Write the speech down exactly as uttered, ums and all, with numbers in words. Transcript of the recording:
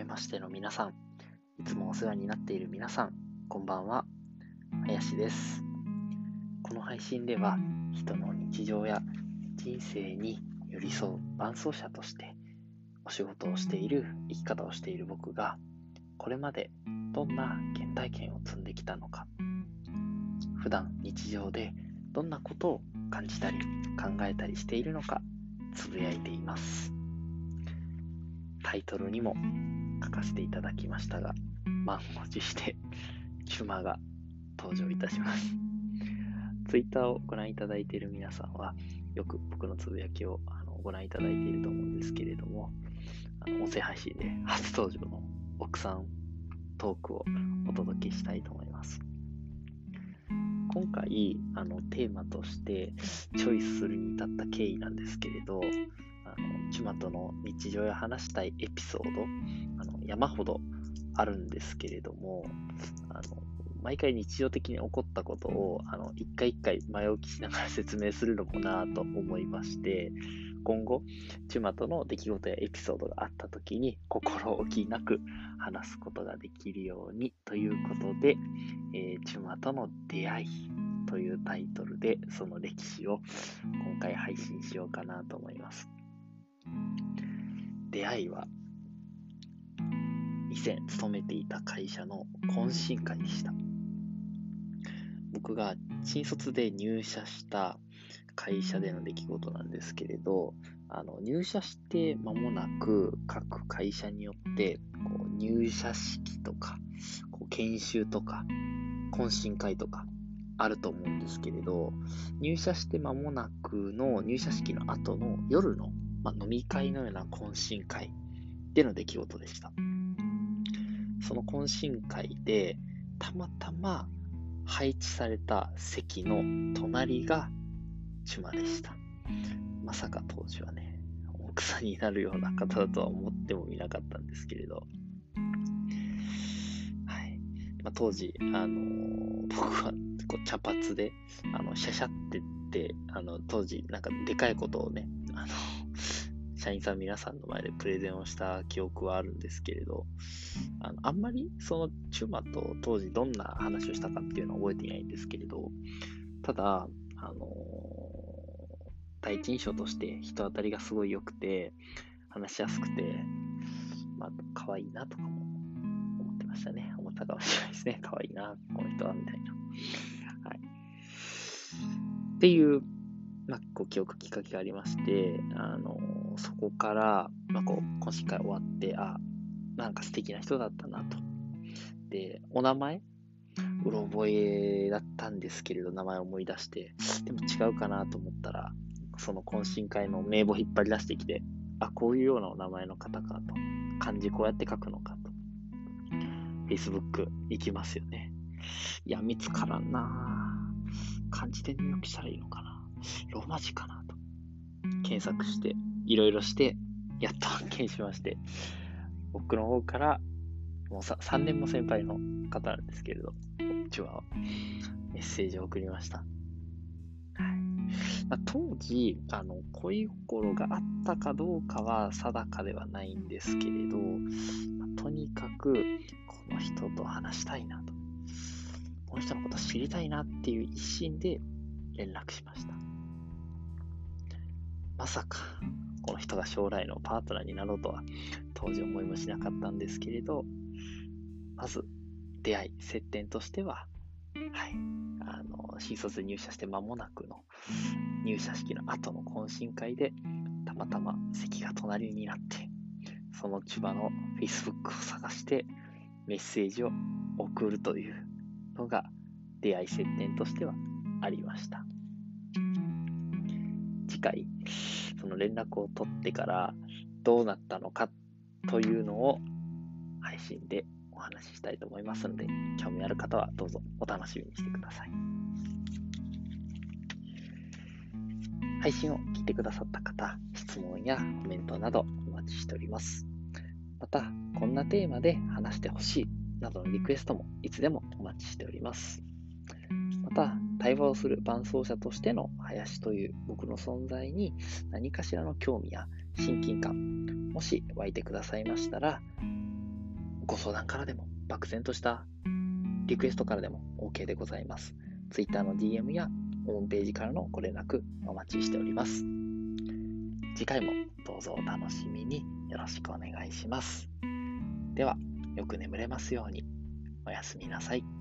ましての皆さん、いつもお世話になっている皆さん、こんばんは。林です。この配信では、人の日常や人生に寄り添う伴走者としてお仕事をしている、生き方をしている僕が、これまでどんな原体験を積んできたのか、普段日常でどんなことを感じたり考えたりしているのかつぶやいています。タイトルにも書かせていただきましたが、満を持してチュマが登場いたします。ツイッターをご覧いただいている皆さんはよく僕のつぶやきをあのご覧いただいていると思うんですけれども、あの音声配信で初登場の奥さんトークをお届けしたいと思います。今回あのテーマとしてチョイスするに至った経緯なんですけれど、あのチュマとの日常や話したいエピソードあの山ほどあるんですけれども、あの毎回日常的に起こったことをあの一回一回前置きしながら説明するのもなぁと思いまして、今後チュマとの出来事やエピソードがあった時に心置きなく話すことができるようにということで、えー、チュマとの出会いというタイトルでその歴史を今回配信しようかなと思います。出会いは以前勤めていた会社の懇親会でした。僕が新卒で入社した会社での出来事なんですけれど、あの入社して間もなく各会社によってこう入社式とかこう研修とか懇親会とかあると思うんですけれど、入社して間もなくの入社式の後の夜の、まあ、飲み会のような懇親会での出来事でした。その懇親会でたまたま配置された席の隣がチュマでした。まさか当時はね、奥さんになるような方だとは思ってもみなかったんですけれど、はいまあ、当時、あのー、僕はこう茶髪であのシャシャってってあの当時なんかでかいことをね、あの社員さん皆さんの前でプレゼンをした記憶はあるんですけれど、あのあんまりそのチュマと当時どんな話をしたかっていうのは覚えていないんですけれど、ただ、あのー、第一印象として人当たりがすごい良くて話しやすくて、まあ可愛いなとかも思ってましたね。思ったかもしれないですね。可愛いなこの人はみたいな、はい、っていうまあ、こう記憶きっかけがありまして、あのそこから、まあ、こう懇親会終わって、あ、なんか素敵な人だったなと。で、お名前うろ覚えだったんですけれど、名前を思い出して、でも違うかなと思ったら、その懇親会の名簿引っ張り出してきて、あ、こういうようなお名前の方かと。漢字こうやって書くのかと。Facebook 行きますよね。いや、見つからんなぁ。漢字で入力したらいいのかな。ローマ字かなと検索していろいろしてやっと発見しまして、僕の方からもうささんねんも先輩の方なんですけれど、こっちはメッセージを送りました。はいまあ、当時あの恋心があったかどうかは定かではないんですけれど、まあ、とにかくこの人と話したいなと、この人のこと知りたいなっていう一心で連絡しました。まさかこの人が将来のパートナーになろうとは当時思いもしなかったんですけれど、まず出会い接点としては、はい、あの新卒で入社して間もなくの入社式の後の懇親会でたまたま席が隣になって、その千葉の Facebook を探してメッセージを送るというのが出会い接点としてはありました。次回その連絡を取ってからどうなったのかというのを配信でお話ししたいと思いますので、興味ある方はどうぞお楽しみにしてください。配信を聞いてくださった方、質問やコメントなどお待ちしております。また、こんなテーマで話してほしいなどのリクエストもいつでもお待ちしております。また、対話をする伴走者としての林という僕の存在に何かしらの興味や親近感、もし湧いてくださいましたら、 ご相談からでも、漠然としたリクエストからでも OK でございます。Twitter の ディーエム やホームページからのご連絡お待ちしております。次回もどうぞお楽しみによろしくお願いします。では、よく眠れますように。おやすみなさい。